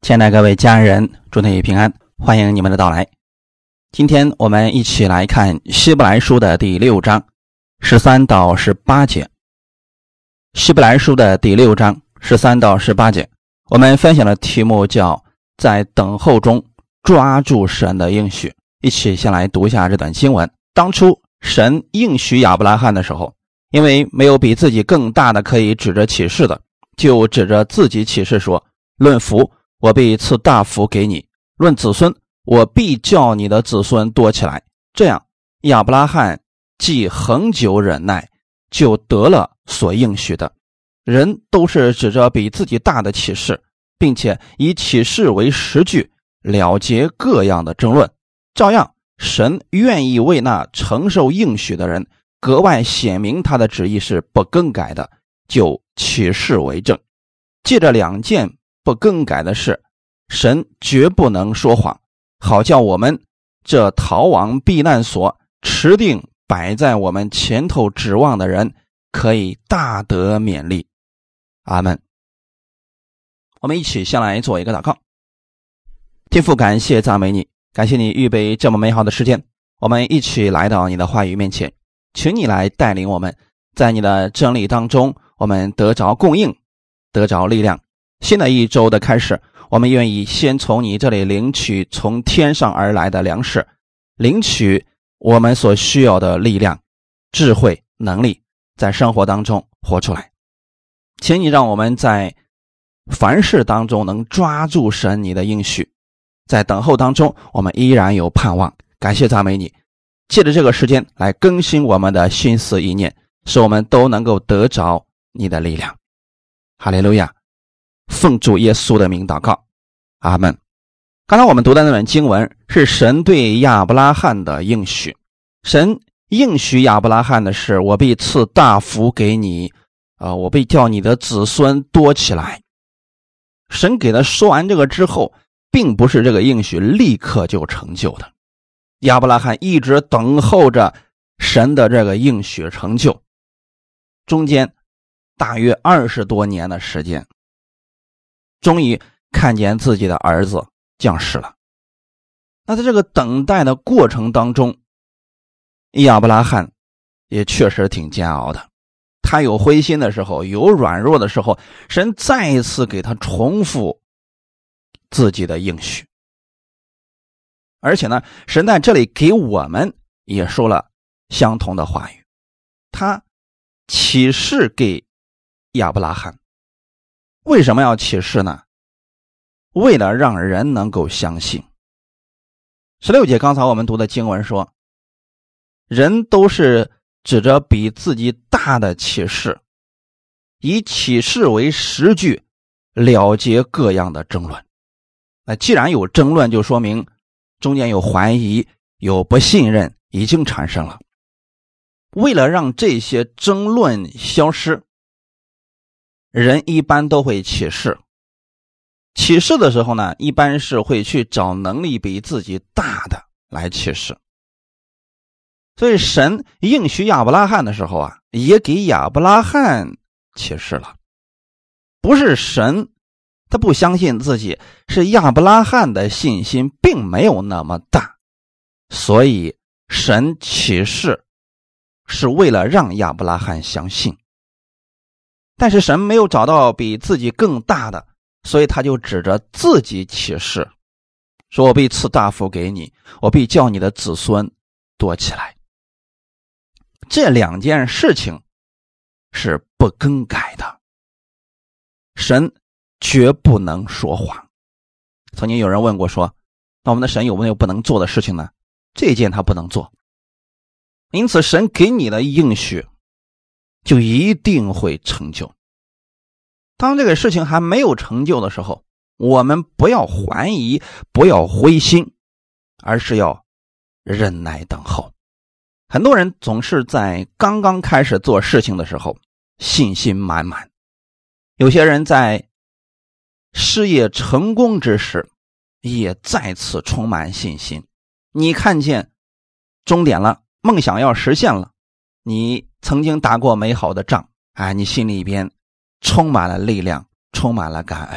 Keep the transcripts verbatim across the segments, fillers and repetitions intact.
亲爱的各位家人，祝你平安，欢迎你们的到来。今天我们一起来看希伯来书的第六章十三到十八节。希伯来书的第六章十三到十八节，我们分享的题目叫在等候中抓住神的应许。一起先来读一下这段经文。当初神应许亚伯拉罕的时候，因为没有比自己更大的可以指着启示的，就指着自己启示说，论福我必赐大福给你，论子孙我必叫你的子孙多起来。这样亚伯拉罕既恒久忍耐，就得了所应许的。人都是指着比自己大的启示，并且以启示为实据，了结各样的争论。照样神愿意为那承受应许的人格外显明他的旨意是不更改的，就启示为证。借着两件不更改的事，神绝不能说谎，好叫我们这逃往避难所持定摆在我们前头指望的人可以大得勉励。阿们。我们一起先来做一个祷告。天父，感谢赞美你，感谢你预备这么美好的时间，我们一起来到你的话语面前，请你来带领我们，在你的真理当中，我们得着供应，得着力量。新的一周的开始，我们愿意先从你这里领取从天上而来的粮食，领取我们所需要的力量、智慧、能力，在生活当中活出来。请你让我们在凡事当中能抓住神你的应许，在等候当中我们依然有盼望。感谢赞美你，借着这个时间来更新我们的心思意念，使我们都能够得着你的力量。哈利路亚。奉主耶稣的名祷告，阿们。刚才我们读的那段经文是神对亚伯拉罕的应许。神应许亚伯拉罕的是，我必赐大福给你，呃，我必叫你的子孙多起来。神给他说完这个之后，并不是这个应许立刻就成就的，亚伯拉罕一直等候着神的这个应许成就，中间大约二十多年的时间，终于看见自己的儿子降世了。那在这个等待的过程当中，亚伯拉罕也确实挺煎熬的，他有灰心的时候，有软弱的时候，神再一次给他重复自己的应许。而且呢，神在这里给我们也说了相同的话语，他启示给亚伯拉罕。为什么要启示呢？为了让人能够相信。十六节刚才我们读的经文说，人都是指着比自己大的启示，以启示为实据，了结各样的争论。那既然有争论，就说明中间有怀疑，有不信任已经产生了。为了让这些争论消失，人一般都会启示。启示的时候呢，一般是会去找能力比自己大的来启示。所以神应许亚伯拉罕的时候啊，也给亚伯拉罕启示了。不是神他不相信自己，是亚伯拉罕的信心并没有那么大，所以神启示是为了让亚伯拉罕相信。但是神没有找到比自己更大的，所以他就指着自己启示，说我必赐大福给你，我必叫你的子孙多起来。这两件事情是不更改的，神绝不能说谎。曾经有人问过说，那我们的神有没有不能做的事情呢？这一件他不能做。因此神给你的应许就一定会成就。当这个事情还没有成就的时候，我们不要怀疑，不要灰心，而是要忍耐等候。很多人总是在刚刚开始做事情的时候信心满满，有些人在事业成功之时也再次充满信心。你看见终点了，梦想要实现了，你曾经打过美好的仗，哎，你心里边充满了力量，充满了感恩。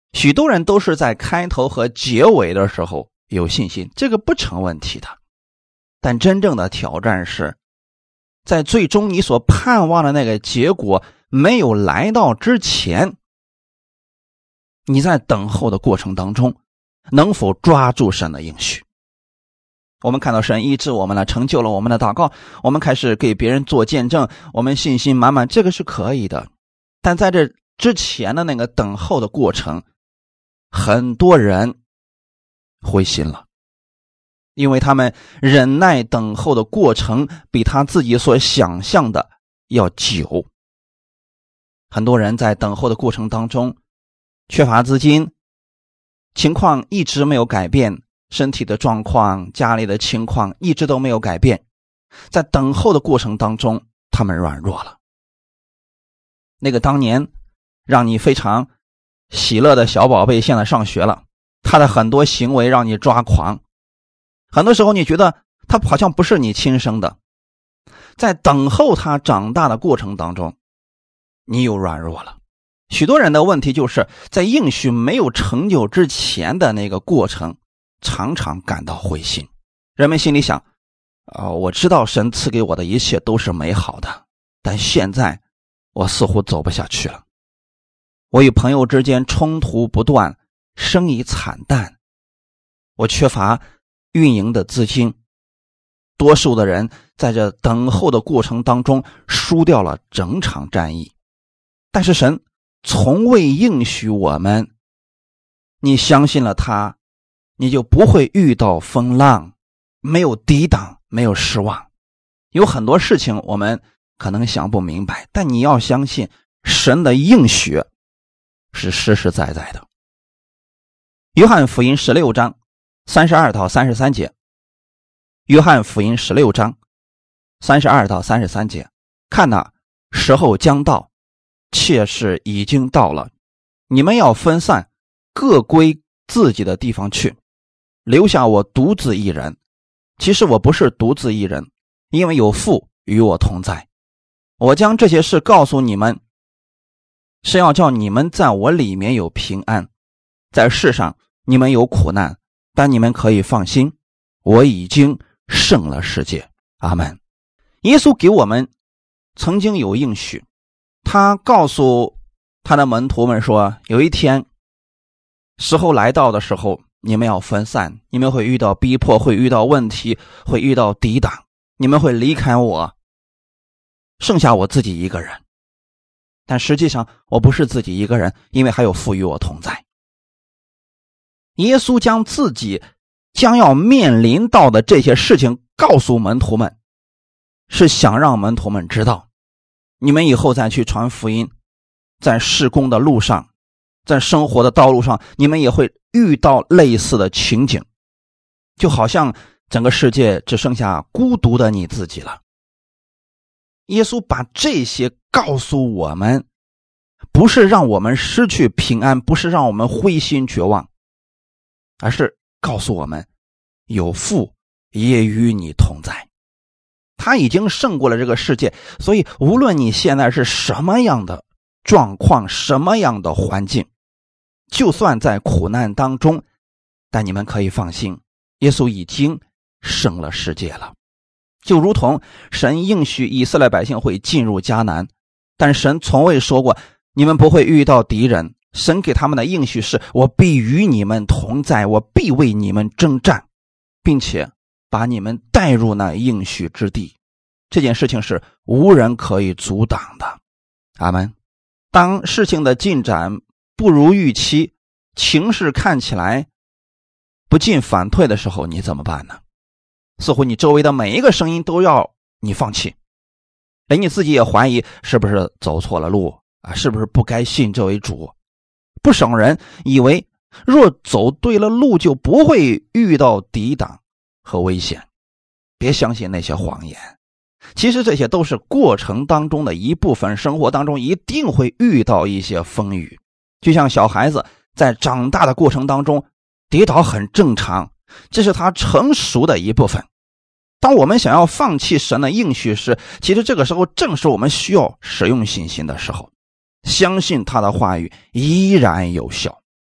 许多人都是在开头和结尾的时候有信心，这个不成问题的。但真正的挑战是，在最终你所盼望的那个结果没有来到之前，你在等候的过程当中能否抓住神的应许。我们看到神医治我们了，成就了我们的祷告，我们开始给别人做见证，我们信心满满，这个是可以的。但在这之前的那个等候的过程，很多人灰心了，因为他们忍耐等候的过程比他自己所想象的要久。很多人在等候的过程当中缺乏资金，情况一直没有改变，身体的状况，家里的情况一直都没有改变，在等候的过程当中他们软弱了。那个当年让你非常喜乐的小宝贝现在上学了，他的很多行为让你抓狂，很多时候你觉得他好像不是你亲生的，在等候他长大的过程当中你又软弱了。许多人的问题就是在应许没有成就之前的那个过程常常感到灰心。人们心里想、呃、我知道神赐给我的一切都是美好的，但现在我似乎走不下去了。我与朋友之间冲突不断，生意惨淡，我缺乏运营的资金。多数的人在这等候的过程当中输掉了整场战役。但是神从未应许我们，你相信了他，你就不会遇到风浪，没有抵挡，没有失望。有很多事情我们可能想不明白，但你要相信神的应许是实实在在的。约翰福音十六章三十二到三十三节，约翰福音十六章三十二到三十三节，看哪，时候将到，切是已经到了，你们要分散，各归自己的地方去，留下我独自一人。其实我不是独自一人，因为有父与我同在。我将这些事告诉你们，是要叫你们在我里面有平安。在世上你们有苦难，但你们可以放心，我已经胜了世界。阿们。耶稣给我们曾经有应许，他告诉他的门徒们说，有一天时候来到的时候，你们要分散，你们会遇到逼迫，会遇到问题，会遇到抵挡，你们会离开我，剩下我自己一个人。但实际上我不是自己一个人，因为还有父与我同在。耶稣将自己将要面临到的这些事情告诉门徒们，是想让门徒们知道，你们以后再去传福音，在事工的路上，在生活的道路上，你们也会遇到类似的情景，就好像整个世界只剩下孤独的你自己了。耶稣把这些告诉我们，不是让我们失去平安，不是让我们灰心绝望，而是告诉我们，有父也与你同在。他已经胜过了这个世界，所以无论你现在是什么样的状况，什么样的环境，就算在苦难当中，但你们可以放心，耶稣已经胜了世界了。就如同神应许以色列百姓会进入迦南，但神从未说过你们不会遇到敌人。神给他们的应许是，我必与你们同在，我必为你们征战，并且把你们带入那应许之地。这件事情是无人可以阻挡的。阿们。当事情的进展不如预期，情势看起来不进反退的时候，你怎么办呢？似乎你周围的每一个声音都要你放弃，连你自己也怀疑是不是走错了路啊？是不是不该信这位主？不少人以为若走对了路就不会遇到抵挡和危险。别相信那些谎言，其实这些都是过程当中的一部分，生活当中一定会遇到一些风雨。就像小孩子在长大的过程当中跌倒很正常，这是他成熟的一部分。当我们想要放弃神的应许时，其实这个时候正是我们需要使用信心的时候，相信他的话语依然有效。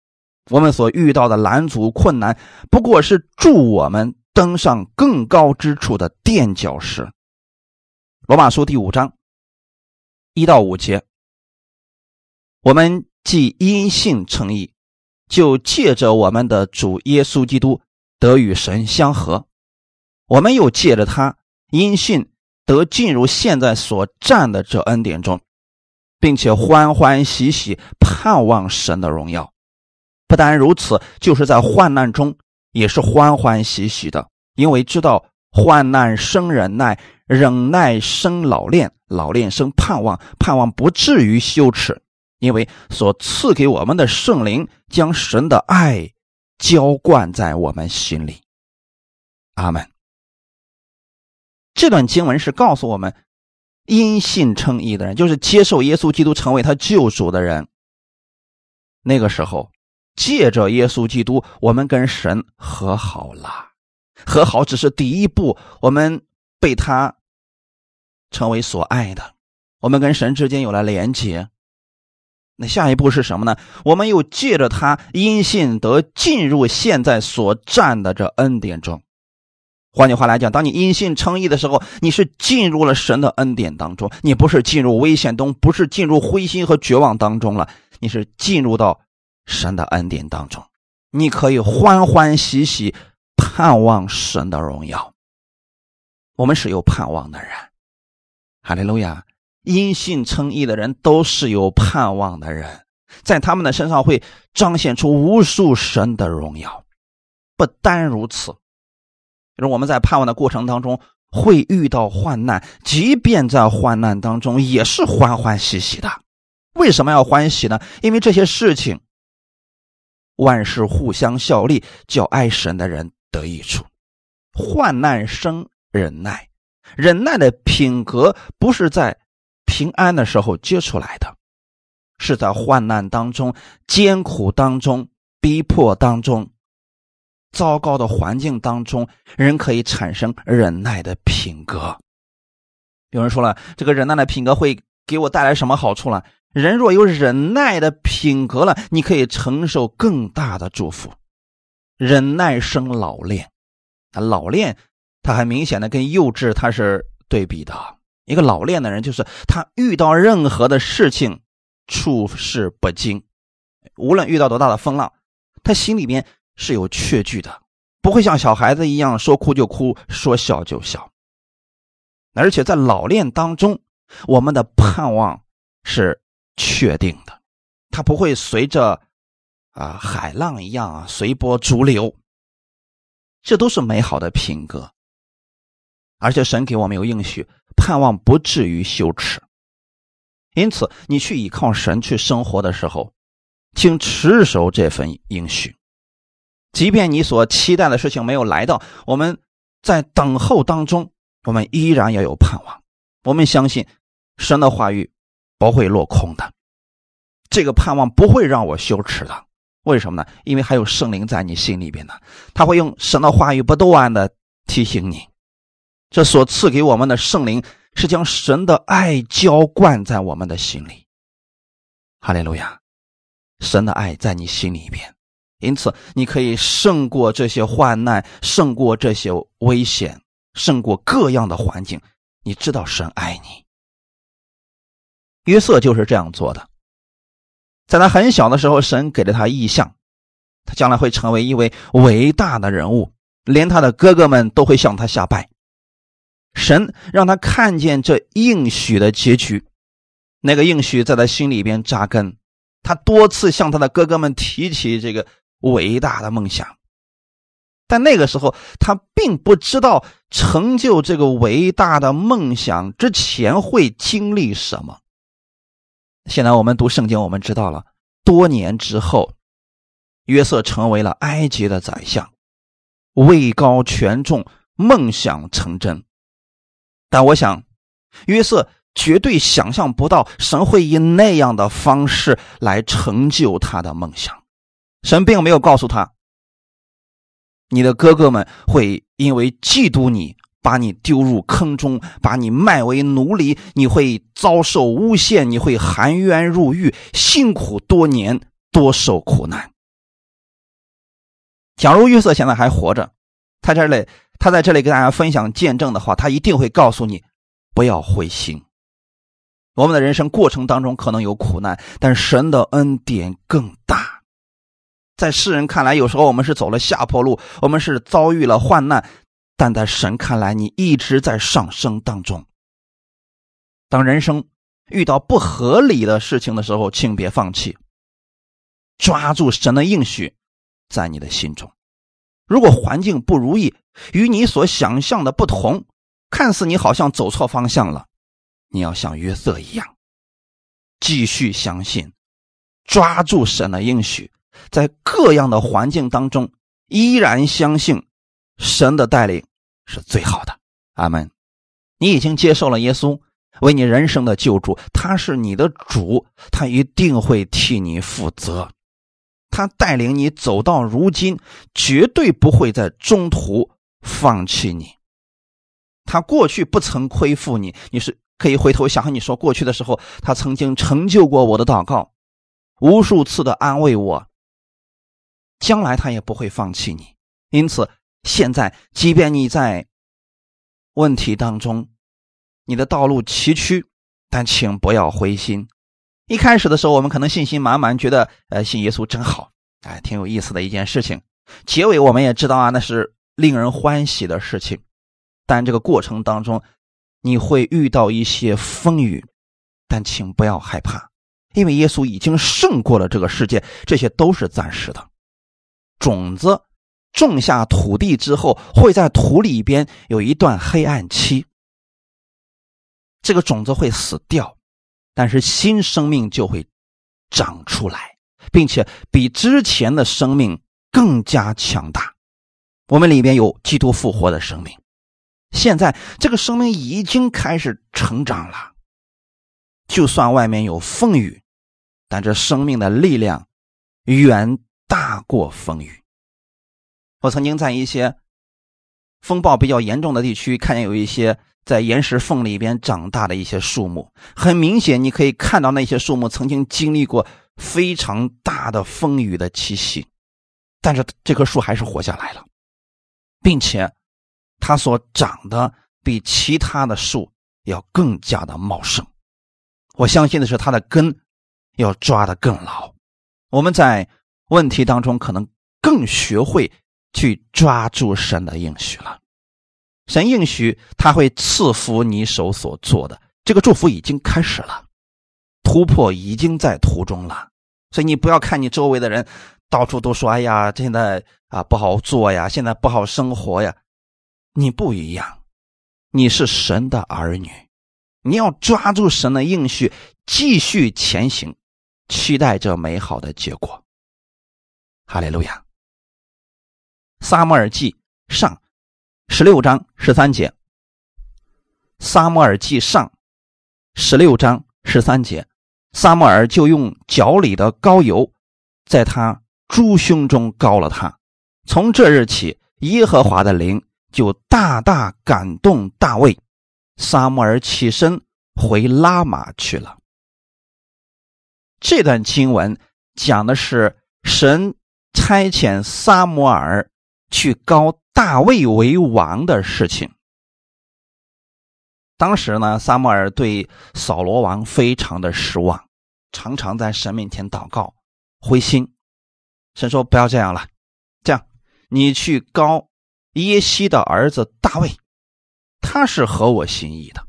我们所遇到的拦阻困难，不过是助我们登上更高之处的垫脚石。罗马书第五章一到五节，我们既因信称义，就借着我们的主耶稣基督得与神相合，我们又借着他因信得进入现在所占的这恩典中，并且欢欢喜喜盼望神的荣耀。不但如此，就是在患难中也是欢欢喜喜的，因为知道患难生忍耐，忍耐生老练，老练生盼望，盼望不至于羞耻，因为所赐给我们的圣灵将神的爱浇灌在我们心里。阿们。这段经文是告诉我们，因信称义的人，就是接受耶稣基督成为他救主的人，那个时候借着耶稣基督，我们跟神和好了。和好只是第一步，我们被他成为所爱的，我们跟神之间有了连结。那下一步是什么呢？我们又借着他因信得进入现在所占的这恩典中。换句话来讲，当你因信称义的时候，你是进入了神的恩典当中，你不是进入危险中，不是进入灰心和绝望当中了，你是进入到神的恩典当中，你可以欢欢喜喜盼望神的荣耀。我们是有盼望的人，哈利路亚！因信称义的人都是有盼望的人，在他们的身上会彰显出无数神的荣耀。不单如此，就是我们在盼望的过程当中会遇到患难，即便在患难当中也是欢欢喜喜的。为什么要欢喜呢？因为这些事情万事互相效力，叫爱神的人得益处。患难生忍耐，忍耐的品格不是在平安的时候结出来的，是在患难当中、艰苦当中、逼迫当中、糟糕的环境当中，人可以产生忍耐的品格。有人说了，这个忍耐的品格会给我带来什么好处了？人若有忍耐的品格了，你可以承受更大的祝福。忍耐生老练，老练它很明显的跟幼稚它是对比的。一个老练的人，就是他遇到任何的事情处事不惊，无论遇到多大的风浪，他心里面是有确据的，不会像小孩子一样说哭就哭，说笑就笑。而且在老练当中，我们的盼望是确定的，它不会随着啊海浪一样啊随波逐流，这都是美好的品格。而且神给我们有应许，盼望不至于羞耻。因此你去依靠神去生活的时候，请持守这份应许。即便你所期待的事情没有来到，我们在等候当中，我们依然要有盼望。我们相信神的话语不会落空的，这个盼望不会让我羞耻的。为什么呢？因为还有圣灵在你心里边呢，他会用神的话语不断的提醒你。这所赐给我们的圣灵是将神的爱浇灌在我们的心里。哈利路亚！神的爱在你心里边，因此你可以胜过这些患难，胜过这些危险，胜过各样的环境。你知道神爱你。约瑟就是这样做的。在他很小的时候，神给了他异象，他将来会成为一位伟大的人物，连他的哥哥们都会向他下拜。神让他看见这应许的结局，那个应许在他心里边扎根，他多次向他的哥哥们提起这个伟大的梦想。但那个时候他并不知道成就这个伟大的梦想之前会经历什么。现在我们读圣经，我们知道了，多年之后约瑟成为了埃及的宰相，位高权重，梦想成真。但我想约瑟绝对想象不到神会以那样的方式来成就他的梦想。神并没有告诉他，你的哥哥们会因为嫉妒你把你丢入坑中，把你卖为奴隶，你会遭受诬陷，你会含冤入狱，辛苦多年，多受苦难。 假如约瑟现在还活着，他这里他在这里跟大家分享见证的话，他一定会告诉你不要灰心。我们的人生过程当中可能有苦难，但神的恩典更大。在世人看来，有时候我们是走了下坡路，我们是遭遇了患难，但在神看来，你一直在上升当中。当人生遇到不合理的事情的时候，请别放弃，抓住神的应许在你的心中。如果环境不如意，与你所想象的不同，看似你好像走错方向了，你要像约瑟一样，继续相信，抓住神的应许，在各样的环境当中依然相信神的带领是最好的。阿们。你已经接受了耶稣为你人生的救主，他是你的主，他一定会替你负责，他带领你走到如今，绝对不会在中途放弃你。他过去不曾亏负你，你是可以回头想想，你说过去的时候他曾经成就过我的祷告，无数次的安慰我，将来他也不会放弃你。因此现在即便你在问题当中，你的道路崎岖，但请不要灰心。一开始的时候我们可能信心满满，觉得呃信耶稣真好，哎，挺有意思的一件事情。结尾我们也知道啊，那是令人欢喜的事情。但这个过程当中你会遇到一些风雨，但请不要害怕，因为耶稣已经胜过了这个世界，这些都是暂时的。种子种下土地之后，会在土里边有一段黑暗期，这个种子会死掉，但是新生命就会长出来，并且比之前的生命更加强大。我们里边有基督复活的生命，现在这个生命已经开始成长了。就算外面有风雨，但这生命的力量远大过风雨。我曾经在一些风暴比较严重的地区，看见有一些在岩石缝里边长大的一些树木，很明显你可以看到那些树木曾经经历过非常大的风雨的侵袭，但是这棵树还是活下来了，并且它所长的比其他的树要更加的茂盛。我相信的是它的根要抓得更牢。我们在问题当中可能更学会去抓住神的应许了。神应许他会赐福你手所做的，这个祝福已经开始了，突破已经在途中了。所以你不要看你周围的人到处都说，哎呀现在啊不好做呀，现在不好生活呀。你不一样，你是神的儿女，你要抓住神的应许，继续前行，期待这美好的结果。哈利路亚。撒母耳记上十六章十三节，撒母耳记上十六章十三节，撒母耳就用脚里的膏油在他猪胸中膏了他。从这日起，耶和华的灵就大大感动大卫，撒母耳起身回拉玛去了。这段经文讲的是神差遣撒母耳去膏大卫为王的事情。当时呢，撒母耳对扫罗王非常的失望，常常在神面前祷告灰心。神说不要这样了，这样你去膏耶西的儿子大卫，他是合我心意的。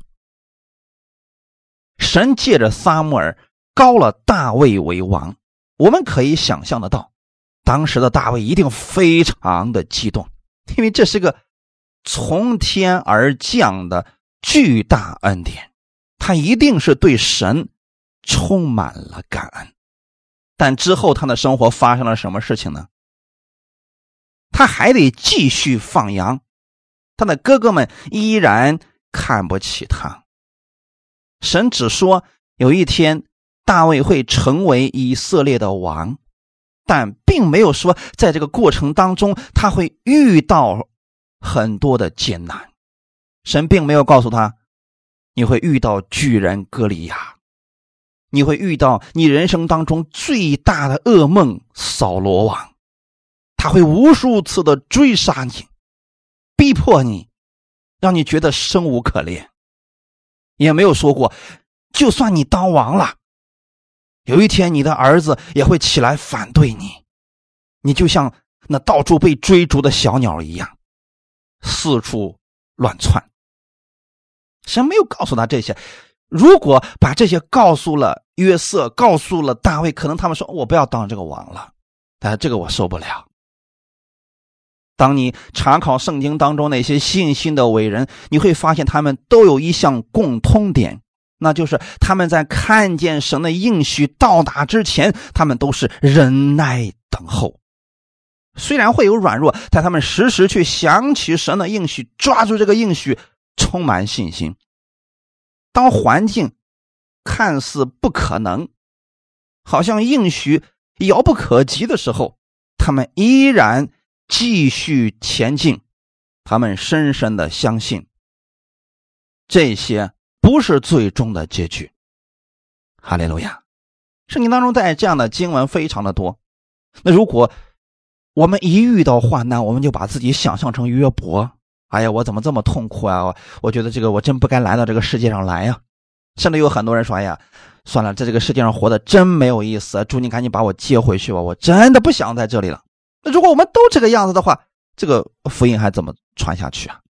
神借着撒母耳膏了大卫为王，我们可以想象得到，当时的大卫一定非常的激动，因为这是个从天而降的巨大恩典，他一定是对神充满了感恩。但之后他的生活发生了什么事情呢？他还得继续放羊，他的哥哥们依然看不起他。神只说有一天大卫会成为以色列的王，但并没有说在这个过程当中他会遇到很多的艰难。神并没有告诉他你会遇到巨人歌利亚，你会遇到你人生当中最大的噩梦扫罗王。 他会无数次的追杀你，逼迫你，让你觉得生无可恋。也没有说过就算你当王了，有一天你的儿子也会起来反对你，你就像那到处被追逐的小鸟一样，四处乱窜。神没有告诉他这些，如果把这些告诉了约瑟，告诉了大卫，可能他们说我不要当这个王了，但这个我受不了。当你查考圣经当中那些信心的伟人，你会发现他们都有一项共通点，那就是他们在看见神的应许到达之前，他们都是忍耐等候。虽然会有软弱，但他们时时去想起神的应许，抓住这个应许，充满信心。当环境看似不可能，好像应许遥不可及的时候，他们依然继续前进。他们深深的相信这些不是最终的结局。哈利路亚！圣经当中在这样的经文非常的多。那如果我们一遇到患难，我们就把自己想象成约伯，哎呀，我怎么这么痛苦啊，我觉得这个我真不该来到这个世界上来啊。甚至有很多人说，哎呀，算了，在这个世界上活得真没有意思，祝你赶紧把我接回去吧，我真的不想在这里了。那如果我们都这个样子的话，这个福音还怎么传下去啊？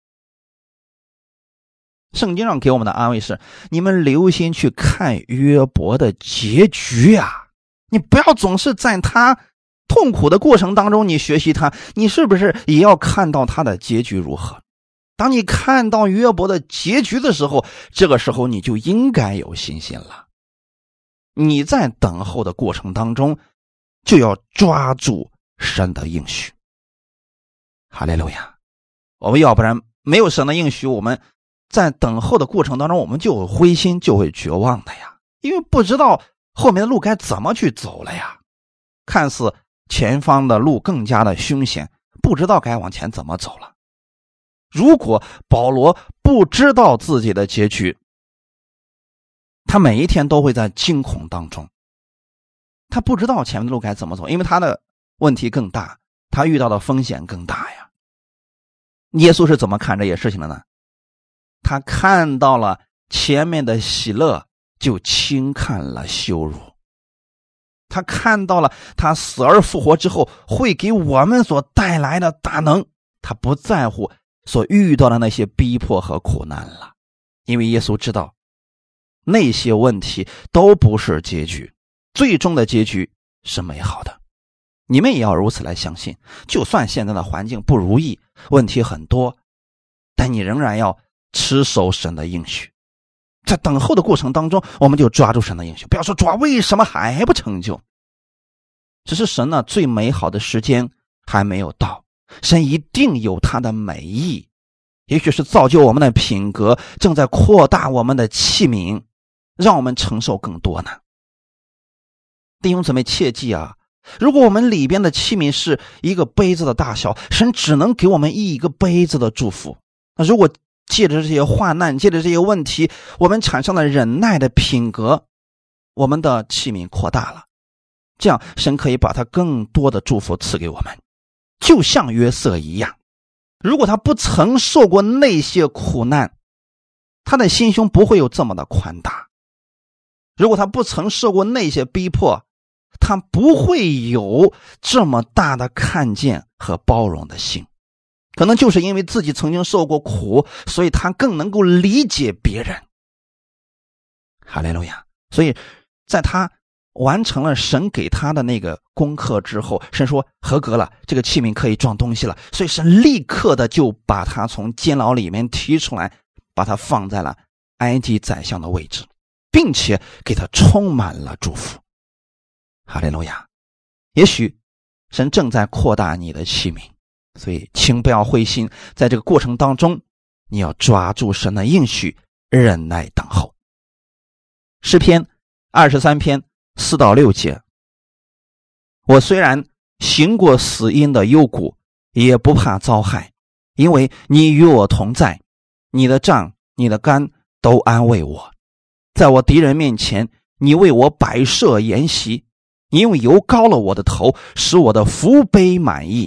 圣经上给我们的安慰是，你们留心去看约伯的结局啊，你不要总是在他痛苦的过程当中你学习他，你是不是也要看到他的结局如何？当你看到约伯的结局的时候，这个时候你就应该有信心了。你在等候的过程当中，就要抓住神的应许。哈利路亚！我们要不然没有神的应许，我们在等候的过程当中，我们就会灰心，就会绝望的呀，因为不知道后面的路该怎么去走了呀。看似前方的路更加的凶险，不知道该往前怎么走了。如果保罗不知道自己的结局，他每一天都会在惊恐当中，他不知道前面的路该怎么走，因为他的问题更大，他遇到的风险更大呀。耶稣是怎么看这些事情的呢？他看到了前面的喜乐，就轻看了羞辱。他看到了他死而复活之后会给我们所带来的大能，他不在乎所遇到的那些逼迫和苦难了，因为耶稣知道那些问题都不是结局，最终的结局是美好的。你们也要如此来相信，就算现在的环境不如意，问题很多，但你仍然要持守神的应许。在等候的过程当中，我们就抓住神的应许，不要说主啊，为什么还不成就？只是神呢，最美好的时间还没有到，神一定有他的美意，也许是造就我们的品格，正在扩大我们的器皿，让我们承受更多呢。弟兄姊妹切记啊，如果我们里边的器皿是一个杯子的大小，神只能给我们一个杯子的祝福。那如果借着这些患难，借着这些问题，我们产生了忍耐的品格，我们的器皿扩大了，这样神可以把他更多的祝福赐给我们。就像约瑟一样，如果他不曾受过那些苦难，他的心胸不会有这么的宽大。如果他不曾受过那些逼迫，他不会有这么大的看见和包容的心。可能就是因为自己曾经受过苦，所以他更能够理解别人。哈利路亚！所以在他完成了神给他的那个功课之后，神说合格了，这个器皿可以装东西了，所以神立刻的就把他从监牢里面提出来，把他放在了埃及宰相的位置，并且给他充满了祝福。哈利路亚！也许神正在扩大你的器皿，所以请不要灰心，在这个过程当中，你要抓住神的应许，忍耐等候。诗篇二十三篇四到六节，我虽然行过死荫的幽谷，也不怕遭害，因为你与我同在，你的杖你的竿都安慰我。在我敌人面前，你为我摆设筵席，你用油膏了我的头，使我的福杯满溢。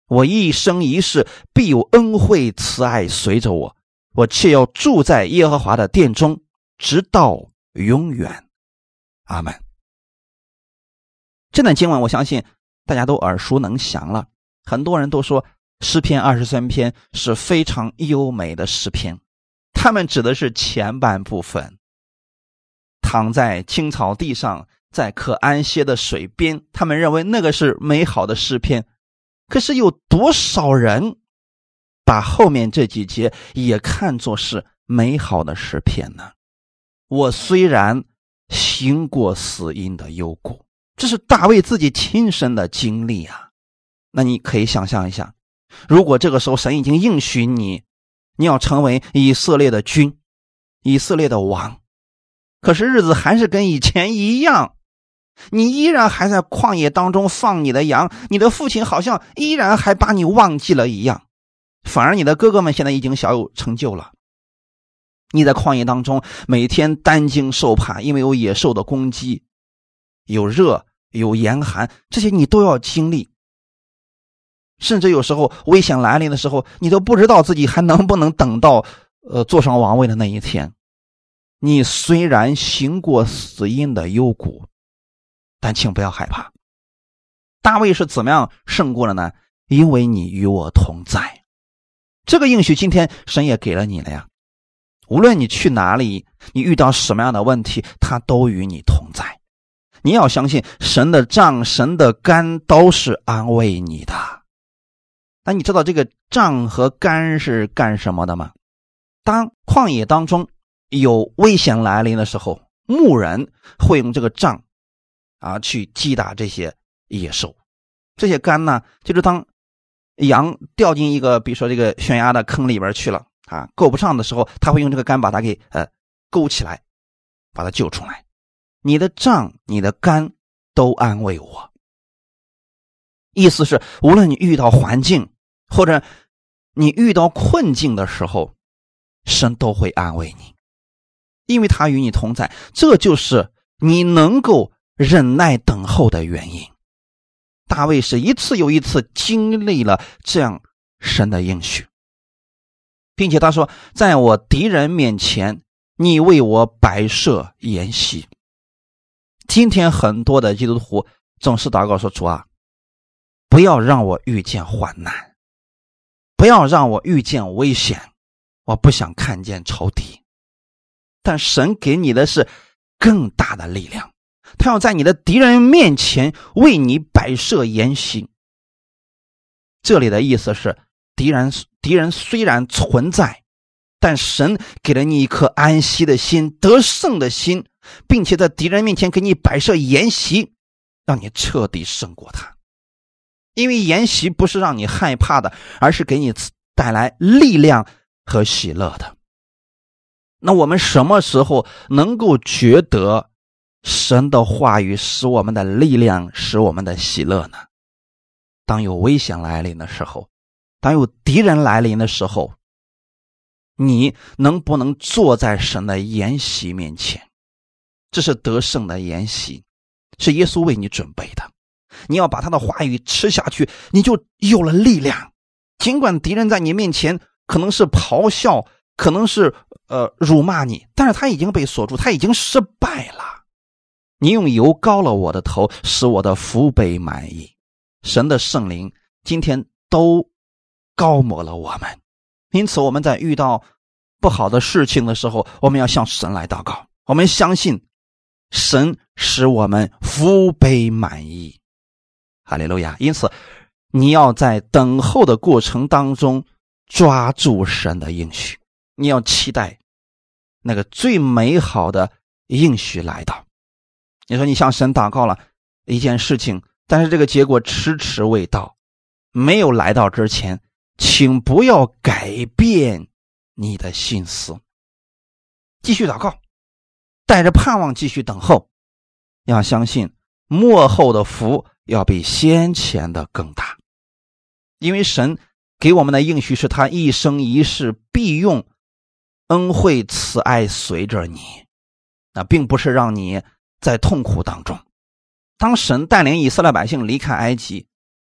我一生一世必有恩惠慈爱随着我，我却要住在耶和华的殿中，直到永远。阿们。这段经文我相信大家都耳熟能详了，很多人都说诗篇二十三篇是非常优美的诗篇，他们指的是前半部分，躺在青草地上，在可安歇的水边，他们认为那个是美好的诗篇。可是有多少人把后面这几节也看作是美好的诗篇呢？我虽然行过死荫的幽谷，这是大卫自己亲身的经历啊。那你可以想象一下，如果这个时候神已经应许你，你要成为以色列的君，以色列的王，可是日子还是跟以前一样，你依然还在旷野当中放你的羊，你的父亲好像依然还把你忘记了一样，反而你的哥哥们现在已经小有成就了。你在旷野当中每天担惊受怕，因为有野兽的攻击，有热有严寒，这些你都要经历。甚至有时候危险来临的时候，你都不知道自己还能不能等到呃坐上王位的那一天。你虽然行过死荫的幽谷，但请不要害怕。大卫是怎么样胜过了呢？因为你与我同在。这个应许今天神也给了你了呀。无论你去哪里，你遇到什么样的问题，他都与你同在。你要相信神的杖神的竿都是安慰你的。那你知道这个杖和竿是干什么的吗？当旷野当中有危险来临的时候，牧人会用这个杖啊去击打这些野兽。这些竿呢，就是当羊掉进一个比如说这个悬崖的坑里边去了啊，够不上的时候，他会用这个竿把它给呃勾起来，把它救出来。你的杖你的竿都安慰我。意思是无论你遇到环境或者你遇到困境的时候，神都会安慰你，因为他与你同在。这就是你能够忍耐等候的原因。大卫是一次又一次经历了这样神的应许，并且他说，在我敌人面前你为我摆设筵席。今天很多的基督徒总是祷告说，主啊，不要让我遇见患难，不要让我遇见危险，我不想看见仇敌。但神给你的是更大的力量，他要在你的敌人面前为你摆设筵席。这里的意思是，敌人敌人虽然存在，但神给了你一颗安息的心，得胜的心，并且在敌人面前给你摆设筵席，让你彻底胜过他。因为筵席不是让你害怕的，而是给你带来力量和喜乐的。那我们什么时候能够觉得神的话语使我们的力量，使我们的喜乐呢？当有危险来临的时候，当有敌人来临的时候，你能不能坐在神的筵席面前？这是得胜的筵席，是耶稣为你准备的。你要把他的话语吃下去，你就有了力量。尽管敌人在你面前可能是咆哮，可能是呃辱骂你，但是他已经被锁住，他已经失败了。你用油膏了我的头，使我的福杯满溢。神的圣灵今天都膏抹了我们，因此我们在遇到不好的事情的时候，我们要向神来祷告。我们相信神使我们福杯满溢。哈利路亚！因此你要在等候的过程当中抓住神的应许，你要期待那个最美好的应许来到。你说你向神祷告了一件事情，但是这个结果迟迟未到，没有来到之前，请不要改变你的心思，继续祷告，带着盼望继续等候。要相信末后的福要比先前的更大，因为神给我们的应许是他一生一世必用恩惠慈爱随着你，那并不是让你在痛苦当中。当神带领以色列百姓离开埃及，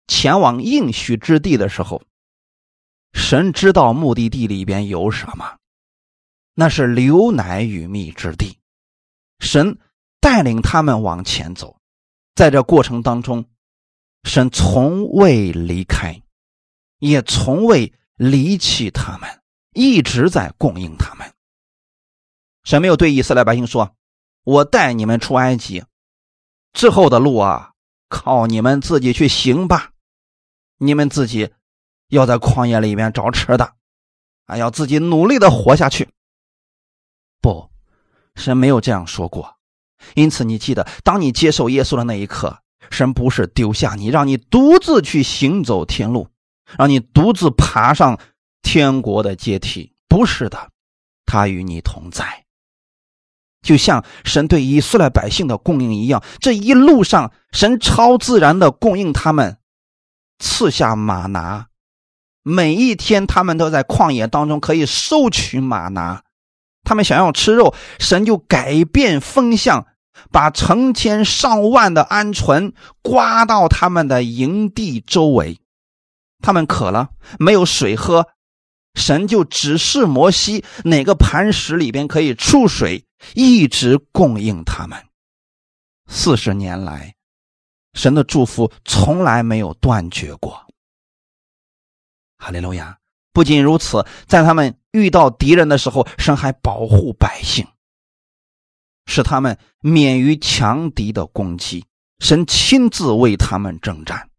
前往应许之地的时候，神知道目的地里边有什么，那是流奶与蜜之地。神带领他们往前走，在这过程当中，神从未离开，也从未离弃他们，一直在供应他们。神没有对以色列百姓说，我带你们出埃及之后的路啊，靠你们自己去行吧，你们自己要在旷野里面找吃的啊，要自己努力的活下去。不，神没有这样说过。因此你记得，当你接受耶稣的那一刻，神不是丢下你，让你独自去行走天路，让你独自爬上天国的阶梯，不是的，他与你同在。就像神对以色列百姓的供应一样，这一路上神超自然的供应他们，赐下玛拿，每一天他们都在旷野当中可以收取玛拿。他们想要吃肉，神就改变风向，把成千上万的鹌鹑刮到他们的营地周围。他们渴了，没有水喝，神就指示摩西哪个磐石里边可以出水，一直供应他们。四十年来，神的祝福从来没有断绝过。哈利路亚！不仅如此，在他们遇到敌人的时候，神还保护百姓，使他们免于强敌的攻击。神亲自为他们征战。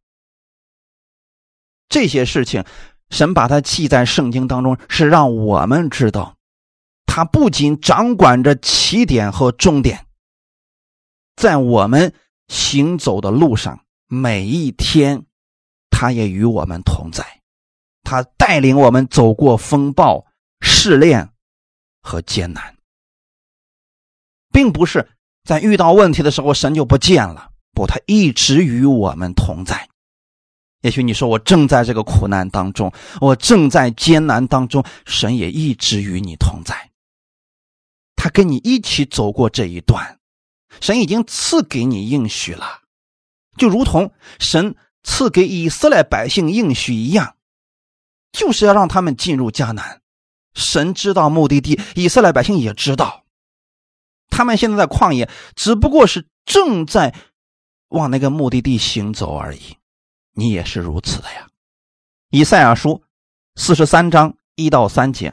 这些事情神把它记在圣经当中，是让我们知道他不仅掌管着起点和终点，在我们行走的路上，每一天他也与我们同在，他带领我们走过风暴、试炼和艰难，并不是在遇到问题的时候神就不见了，不，他一直与我们同在。也许你说我正在这个苦难当中，我正在艰难当中，神也一直与你同在，他跟你一起走过这一段，神已经赐给你应许了，就如同神赐给以色列百姓应许一样，就是要让他们进入迦南。神知道目的地，以色列百姓也知道，他们现在在旷野只不过是正在往那个目的地行走而已，你也是如此的呀。以赛亚书四十三章一到三节，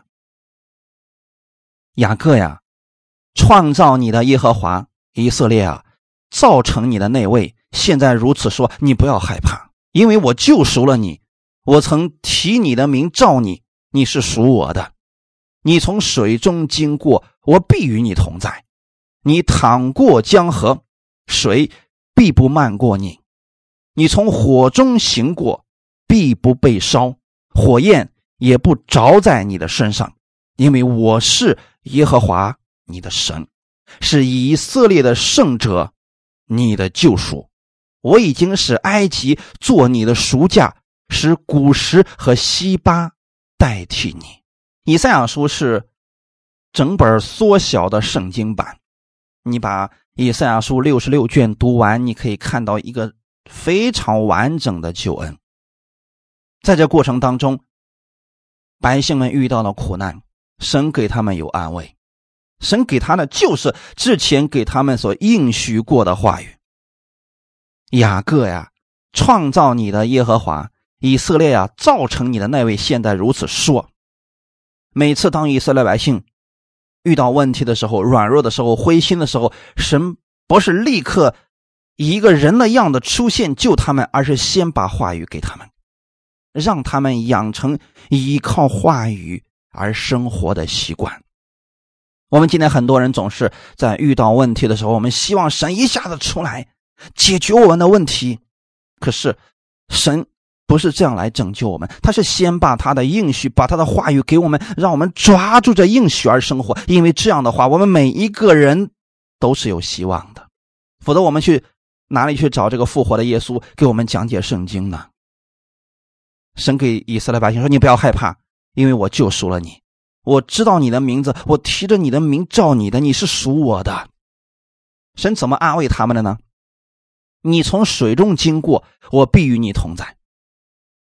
雅各呀，创造你的耶和华，以色列啊，造成你的那位现在如此说，你不要害怕，因为我救赎了你，我曾提你的名召你，你是属我的。你从水中经过，我必与你同在。你淌过江河，水必不漫过你。你从火中行过，必不被烧，火焰也不着在你的身上，因为我是耶和华你的神，是以色列的圣者，你的救赎。我已经使埃及做你的赎价，使古时和西巴代替你。以赛亚书是整本缩小的圣经版，你把以赛亚书六十六卷读完，你可以看到一个非常完整的救恩。在这过程当中，百姓们遇到了苦难，神给他们有安慰，神给他的就是之前给他们所应许过的话语。雅各呀，创造你的耶和华，以色列呀，造成你的那位现在如此说。每次当以色列百姓遇到问题的时候，软弱的时候，灰心的时候，神不是立刻以一个人的样子出现救他们，而是先把话语给他们，让他们养成依靠话语而生活的习惯。我们今天很多人总是在遇到问题的时候，我们希望神一下子出来解决我们的问题，可是神不是这样来拯救我们，他是先把他的应许，把他的话语给我们，让我们抓住这应许而生活，因为这样的话我们每一个人都是有希望的。否则我们去哪里去找这个复活的耶稣给我们讲解圣经呢？神给以色列百姓说，你不要害怕，因为我救赎了你，我知道你的名字，我提着你的名召你的，你是属我的。神怎么安慰他们的呢？你从水中经过，我必与你同在。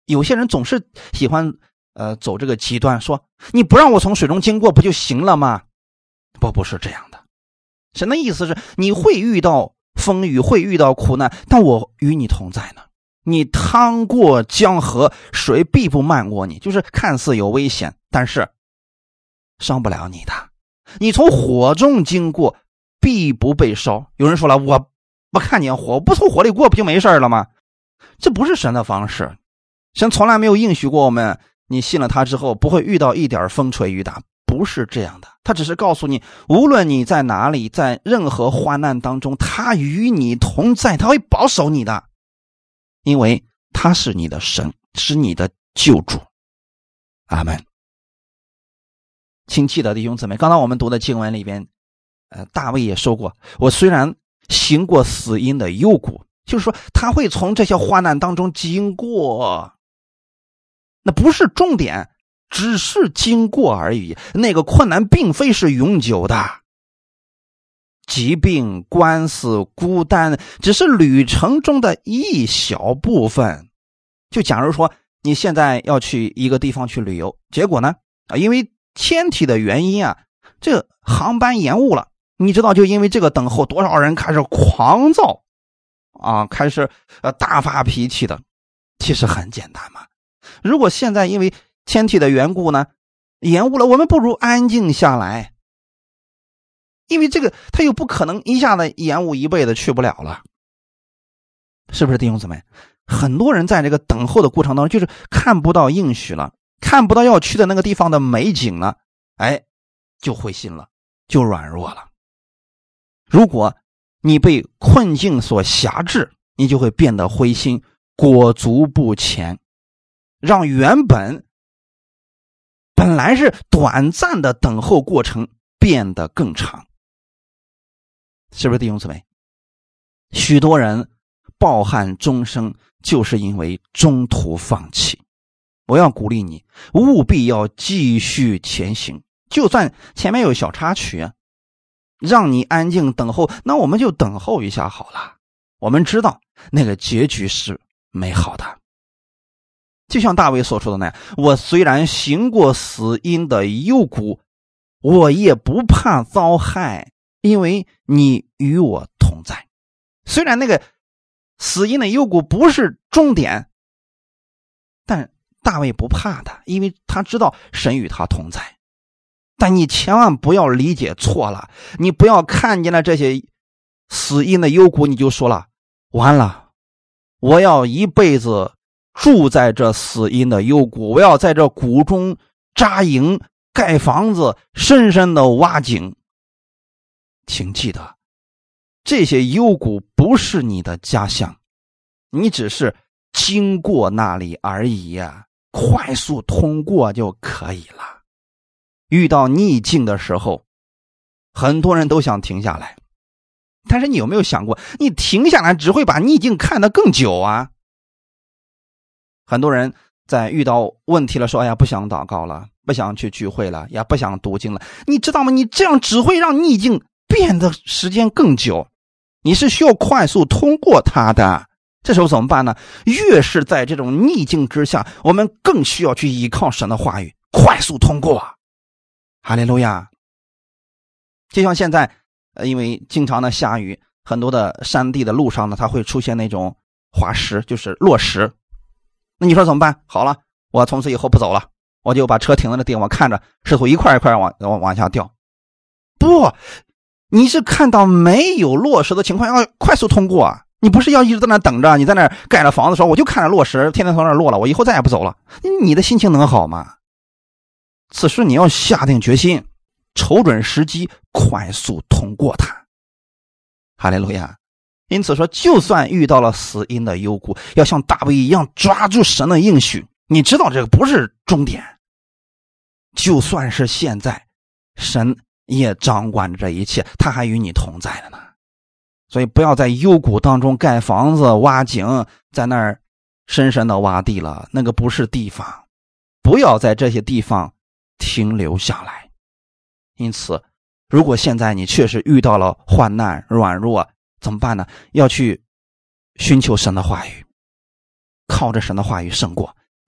有些人总是喜欢呃走这个极端，说你不让我从水中经过不就行了吗？不，不是这样的。神的意思是你会遇到风雨，会遇到苦难，但我与你同在呢。你趟过江河，水必不漫过你，就是看似有危险，但是伤不了你的。你从火中经过，必不被烧。有人说了，我不看见火，我不从火里过不就没事了吗？这不是神的方式。神从来没有应许过我们，你信了他之后不会遇到一点风吹雨打，不是这样的。他只是告诉你，无论你在哪里，在任何患难当中，他与你同在，他会保守你的，因为他是你的神，是你的救主。阿们。亲戚的弟兄姊妹，刚才我们读的经文里边，呃，大卫也说过，我虽然行过死荫的幽谷，就是说他会从这些患难当中经过，那不是重点，只是经过而已。那个困难并非是永久的，疾病、官司、孤单只是旅程中的一小部分。就假如说你现在要去一个地方去旅游，结果呢啊，因为天气的原因啊，这个航班延误了，你知道就因为这个等候，多少人开始狂躁啊，开始呃大发脾气的。其实很简单嘛，如果现在因为天气的缘故呢延误了，我们不如安静下来，因为这个他又不可能一下子延误一辈子去不了了，是不是弟兄姊妹？很多人在这个等候的过程当中，就是看不到应许了，看不到要去的那个地方的美景了，哎，就灰心了，就软弱了。如果你被困境所辖制，你就会变得灰心，裹足不前，让原本本来是短暂的等候过程变得更长，是不是弟兄姊妹？许多人抱憾终生，就是因为中途放弃。我要鼓励你，务必要继续前行，就算前面有小插曲，让你安静等候，那我们就等候一下好了。我们知道那个结局是美好的。就像大卫所说的那样，我虽然行过死荫的幽谷，我也不怕遭害，因为你与我同在。虽然那个死荫的幽谷不是终点，但大卫不怕的，因为他知道神与他同在。但你千万不要理解错了，你不要看见了这些死荫的幽谷，你就说了，完了，我要一辈子住在这死荫的幽谷，我要在这谷中扎营盖房子，深深的挖井。请记得，这些幽谷不是你的家乡，你只是经过那里而已呀，快速通过就可以了。遇到逆境的时候，很多人都想停下来，但是你有没有想过，你停下来只会把逆境看得更久啊。很多人在遇到问题了说，哎呀，不想祷告了，不想去聚会了，也不想读经了。你知道吗？你这样只会让逆境变得时间更久，你是需要快速通过它的。这时候怎么办呢？越是在这种逆境之下，我们更需要去依靠神的话语，快速通过。哈利路亚。就像现在呃，因为经常的下雨，很多的山地的路上呢，它会出现那种滑石，就是落石。那你说怎么办？好了，我从此以后不走了，我就把车停在那地方，我看着石头一块一块往往往下掉。不，你是看到没有落石的情况要快速通过啊！你不是要一直在那等着，你在那盖了房子的时候，我就看着落石，天天从那落了，我以后再也不走了，你的心情能好吗？此时你要下定决心，瞅准时机，快速通过它。哈利路亚。因此说，就算遇到了死荫的幽谷，要像大卫一样抓住神的应许。你知道这个不是终点，就算是现在，神也掌管着这一切，他还与你同在了呢。所以不要在幽谷当中盖房子挖井，在那儿深深的挖地了，那个不是地方。不要在这些地方停留下来。因此如果现在你确实遇到了患难软弱，怎么办呢？要去寻求神的话语，靠着神的话语胜过，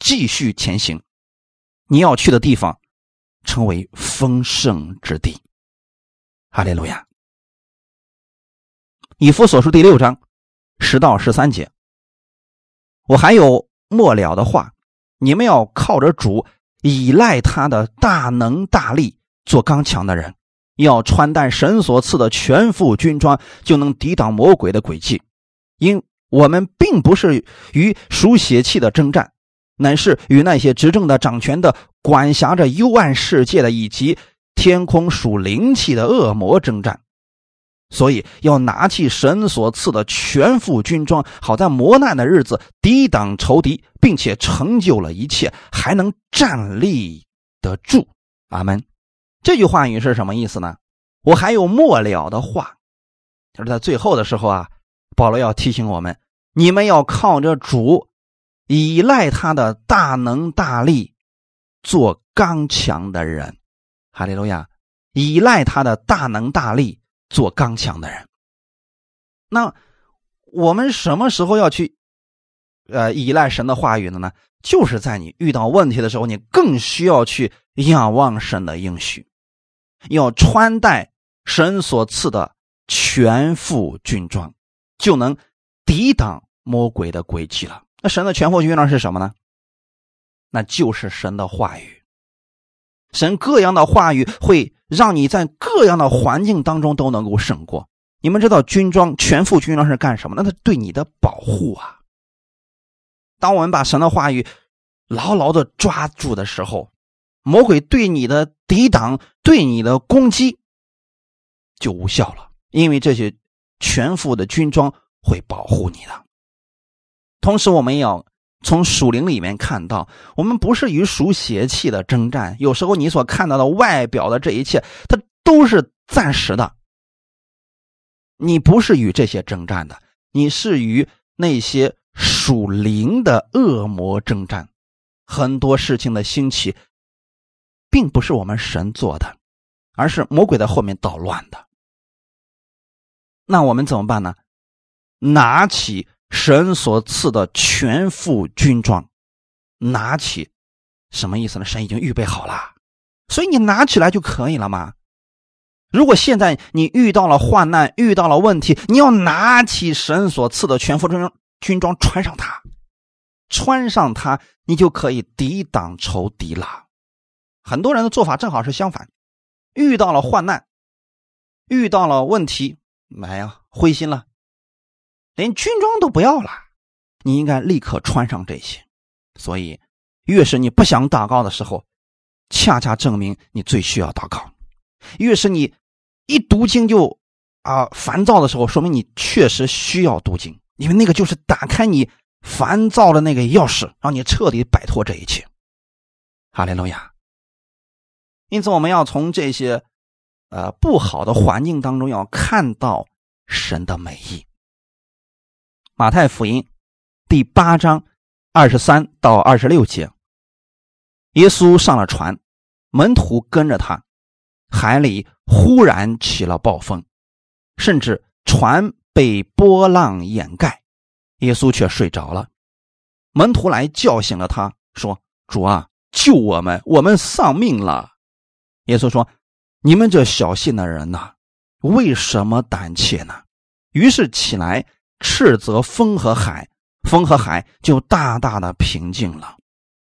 继续前行，你要去的地方成为丰盛之地。哈利路亚。以弗所书第六章十到十三节，我还有末了的话，你们要靠着主，依赖他的大能大力，做刚强的人，要穿戴神所赐的全副军装，就能抵挡魔鬼的诡计。因我们并不是与属血气的征战，乃是与那些执政的、掌权的、管辖着幽暗世界的，以及天空属灵气的恶魔征战。所以要拿起神所赐的全副军装，好在磨难的日子抵挡仇敌，并且成就了一切，还能站立得住。阿们。这句话语是什么意思呢？我还有末了的话，就是在最后的时候啊，保罗要提醒我们，你们要靠着主，依赖他的大能大力，做刚强的人。哈利路亚。依赖他的大能大力，做刚强的人。那我们什么时候要去呃依赖神的话语的呢？就是在你遇到问题的时候，你更需要去仰望神的应许，要穿戴神所赐的全副军装，就能抵挡魔鬼的诡计了。那神的全副军装是什么呢？那就是神的话语。神各样的话语会让你在各样的环境当中都能够胜过。你们知道军装，全副军装是干什么？那是对你的保护啊。当我们把神的话语牢牢的抓住的时候，魔鬼对你的抵挡，对你的攻击就无效了，因为这些全副的军装会保护你的。同时我们也要从属灵里面看到，我们不是与属血气的征战。有时候你所看到的外表的这一切，它都是暂时的。你不是与这些征战的，你是与那些属灵的恶魔征战。很多事情的兴起并不是我们神做的，而是魔鬼在后面捣乱的。那我们怎么办呢？拿起神所赐的全副军装。拿起什么意思呢？神已经预备好了，所以你拿起来就可以了嘛。如果现在你遇到了患难，遇到了问题，你要拿起神所赐的全副军装，穿上它，穿上它，你就可以抵挡仇敌了。很多人的做法正好是相反，遇到了患难，遇到了问题，哎呀，灰心了，连军装都不要了。你应该立刻穿上这些。所以越是你不想祷告的时候，恰恰证明你最需要祷告。越是你一读经就啊烦躁的时候，说明你确实需要读经，因为那个就是打开你烦躁的那个钥匙，让你彻底摆脱这一切。哈利路亚。因此我们要从这些呃不好的环境当中要看到神的美意。马太福音第八章二十三到二十六节，耶稣上了船，门徒跟着他，海里忽然起了暴风，甚至船被波浪掩盖，耶稣却睡着了。门徒来叫醒了他，说：主啊，救我们，我们丧命了。耶稣说：你们这小信的人哪，为什么胆怯呢？于是起来斥责风和海，风和海就大大的平静了。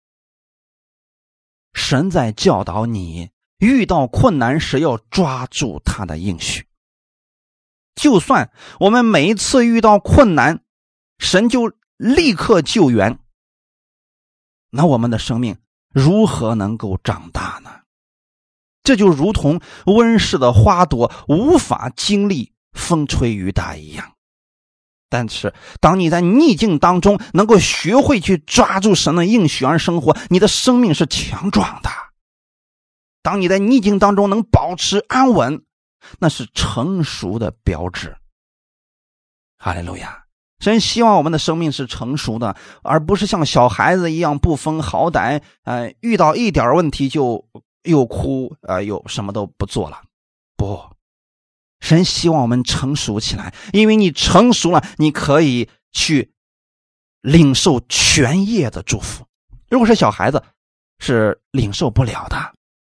神在教导你，遇到困难时要抓住他的应许。就算我们每一次遇到困难，神就立刻救援，那我们的生命如何能够长大呢？这就如同温室的花朵无法经历风吹雨打一样。但是当你在逆境当中能够学会去抓住神的应许而生活，你的生命是强壮的。当你在逆境当中能保持安稳，那是成熟的标志。哈利路亚。神希望我们的生命是成熟的，而不是像小孩子一样不分好歹，呃，遇到一点问题就又哭，呃，又什么都不做了。不，神希望我们成熟起来，因为你成熟了，你可以去领受全业的祝福。 如果是小孩子，是领受不了的。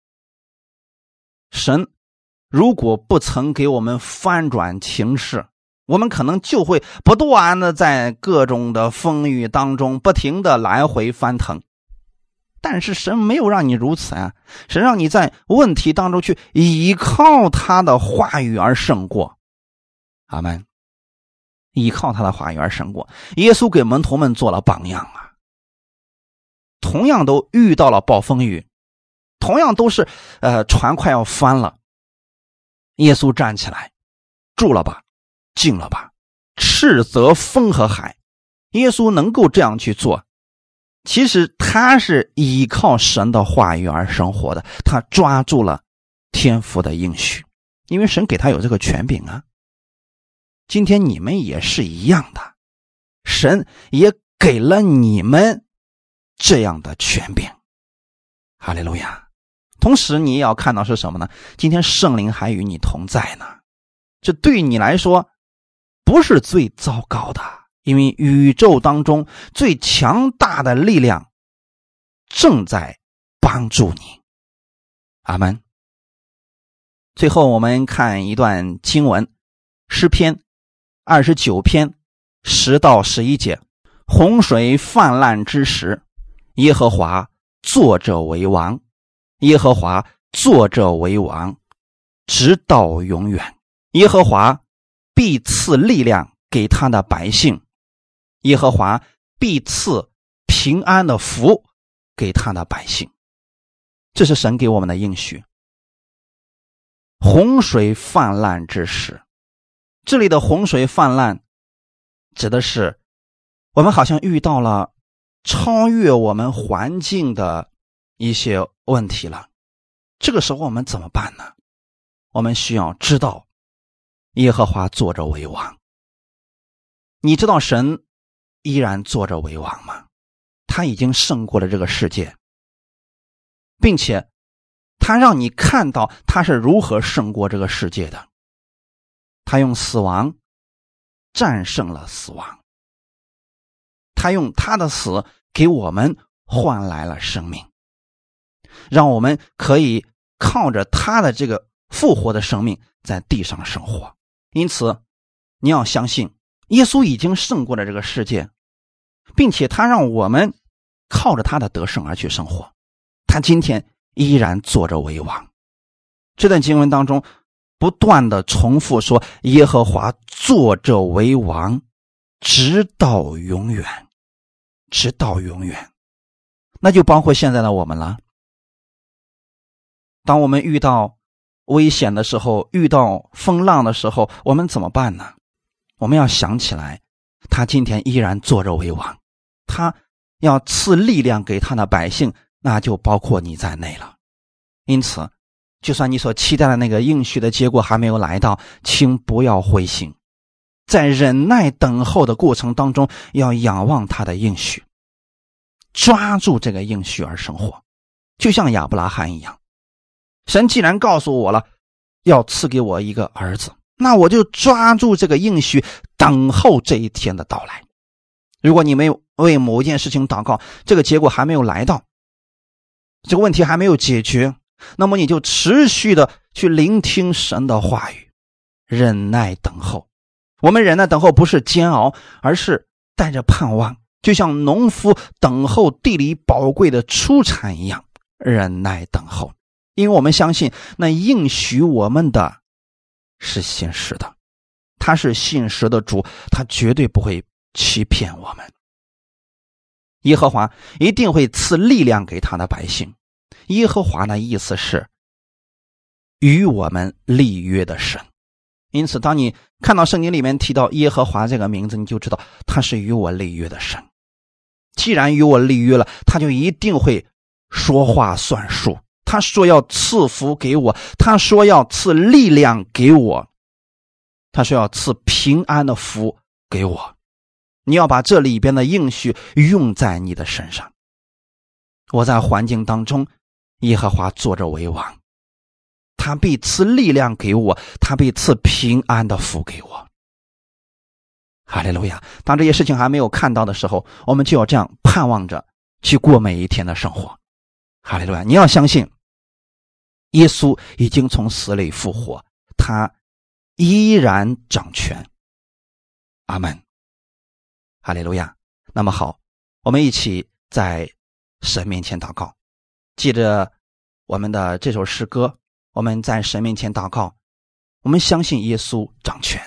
神如果不曾给我们翻转情势，我们可能就会不断的在各种的风雨当中不停的来回翻腾。但是神没有让你如此啊，神让你在问题当中去依靠他的话语而胜过。阿们。依靠他的话语而胜过。耶稣给门徒们做了榜样啊，同样都遇到了暴风雨，同样都是呃船快要翻了，耶稣站起来，住了吧，静了吧，斥责风和海。耶稣能够这样去做，其实他是依靠神的话语而生活的，他抓住了天父的应许，因为神给他有这个权柄啊。今天你们也是一样的，神也给了你们这样的权柄。哈利路亚。同时你也要看到是什么呢？今天圣灵还与你同在呢，这对你来说不是最糟糕的，因为宇宙当中最强大的力量正在帮助你。阿们。最后我们看一段经文，诗篇二十九篇十到十一节。洪水泛滥之时，耶和华坐着为王，耶和华坐着为王，直到永远。耶和华必赐力量给他的百姓，耶和华必赐平安的福给他的百姓。这是神给我们的应许。洪水泛滥之时，这里的洪水泛滥指的是我们好像遇到了超越我们环境的一些问题了。这个时候我们怎么办呢？我们需要知道耶和华坐着为王。你知道神依然坐着为王吗？他已经胜过了这个世界，并且他让你看到他是如何胜过这个世界的。他用死亡战胜了死亡，他用他的死给我们换来了生命，让我们可以靠着他的这个复活的生命在地上生活。因此你要相信耶稣已经胜过了这个世界，并且他让我们靠着他的得胜而去生活。他今天依然坐着为王。这段经文当中不断的重复说耶和华坐着为王，直到永远，直到永远。那就包括现在的我们了。当我们遇到危险的时候，遇到风浪的时候，我们怎么办呢？我们要想起来他今天依然坐着为王，他要赐力量给他的百姓，那就包括你在内了。因此就算你所期待的那个应许的结果还没有来到，请不要灰心，在忍耐等候的过程当中，要仰望他的应许，抓住这个应许而生活。就像亚伯拉罕一样，神既然告诉我了要赐给我一个儿子，那我就抓住这个应许，等候这一天的到来。如果你没有为某一件事情祷告，这个结果还没有来到，这个问题还没有解决，那么你就持续的去聆听神的话语，忍耐等候。我们忍耐等候不是煎熬，而是带着盼望，就像农夫等候地里宝贵的出产一样，忍耐等候。因为我们相信那应许我们的是信实的，他是信实的主，他绝对不会欺骗我们。耶和华一定会赐力量给他的百姓。耶和华的意思是与我们立约的神。因此当你看到圣经里面提到耶和华这个名字，你就知道他是与我立约的神。既然与我立约了，他就一定会说话算数。他说要赐福给我，他说要赐力量给我，他说要赐平安的福给我。你要把这里边的应许用在你的身上。我在环境当中，耶和华坐着为王，他必赐力量给我，他必赐平安的福给我。哈利路亚。当这些事情还没有看到的时候，我们就要这样盼望着， 去过每一天的生活。哈利路亚！你要相信耶稣已经从死里复活，他依然掌权。阿们。哈利路亚！那么好，我们一起在神面前祷告，记着我们的这首诗歌，我们在神面前祷告，我们相信耶稣掌权。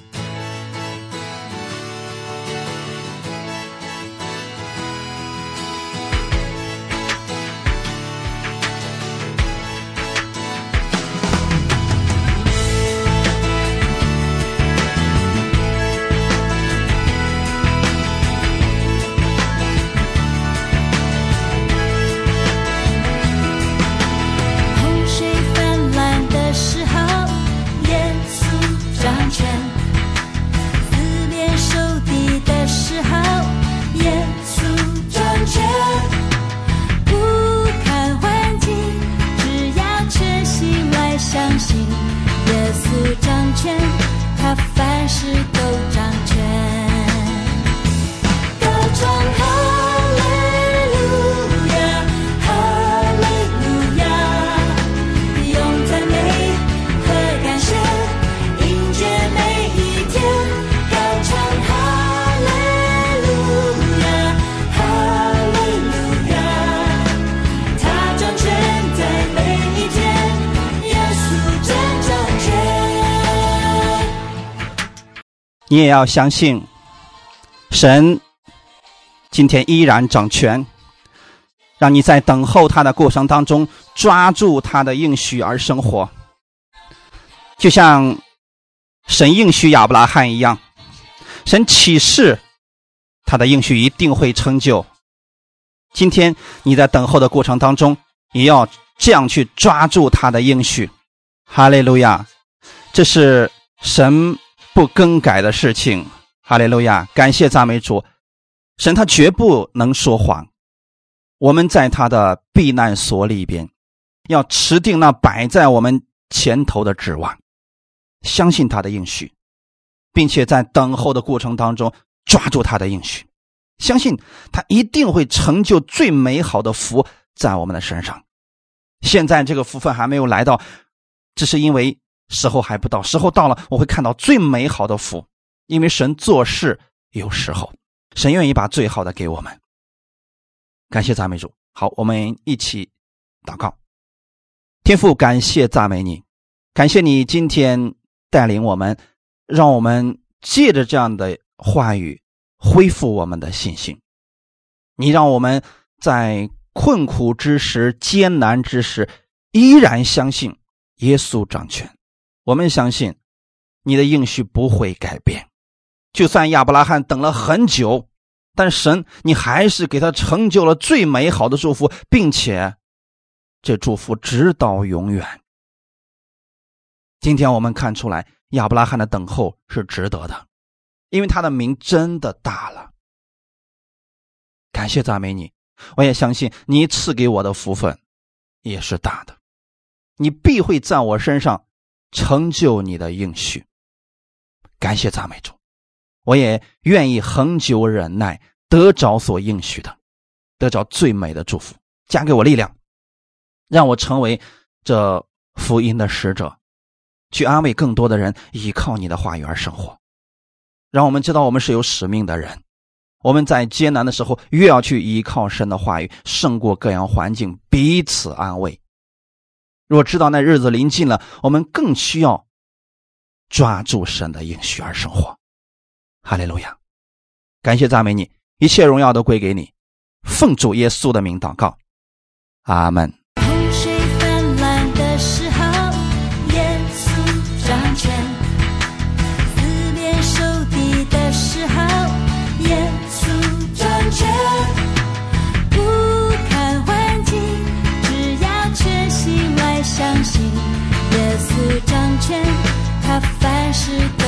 你也要相信神今天依然掌权，让你在等候他的过程当中抓住他的应许而生活，就像神应许亚伯拉罕一样，神启示他的应许一定会成就。今天你在等候的过程当中也要这样去抓住他的应许。哈利路亚！这是神不更改的事情。哈利路亚！感谢赞美主，神他绝不能说谎。我们在他的避难所里边，要持定那摆在我们前头的指望，相信他的应许，并且在等候的过程当中抓住他的应许，相信他一定会成就最美好的福在我们的身上。现在这个福分还没有来到，只是因为时候还不到，时候到了，我会看到最美好的福。因为神做事有时候，神愿意把最好的给我们。感谢赞美主。好，我们一起祷告。天父，感谢赞美你，感谢你今天带领我们，让我们借着这样的话语恢复我们的信心。你让我们在困苦之时、艰难之时依然相信耶稣掌权。我们相信你的应许不会改变，就算亚伯拉罕等了很久，但神你还是给他成就了最美好的祝福，并且这祝福直到永远。今天我们看出来亚伯拉罕的等候是值得的，因为他的名真的大了。感谢赞美你，我也相信你赐给我的福分也是大的，你必会在我身上成就你的应许。感谢赞美主，我也愿意恒久忍耐，得着所应许的，得着最美的祝福。加给我力量，让我成为这福音的使者，去安慰更多的人，依靠你的话语而生活。让我们知道我们是有使命的人，我们在艰难的时候越要去依靠神的话语，胜过各样环境，彼此安慰。若知道那日子临近了，我们更需要抓住神的应许而生活。哈利路亚！感谢赞美你，一切荣耀都归给你，奉主耶稣的名祷告，阿们。 洪水泛滥的时候，耶稣掌权；四面受敌的时候，耶稣掌权。不看环境，只要全心来相信，耶稣掌权，他凡事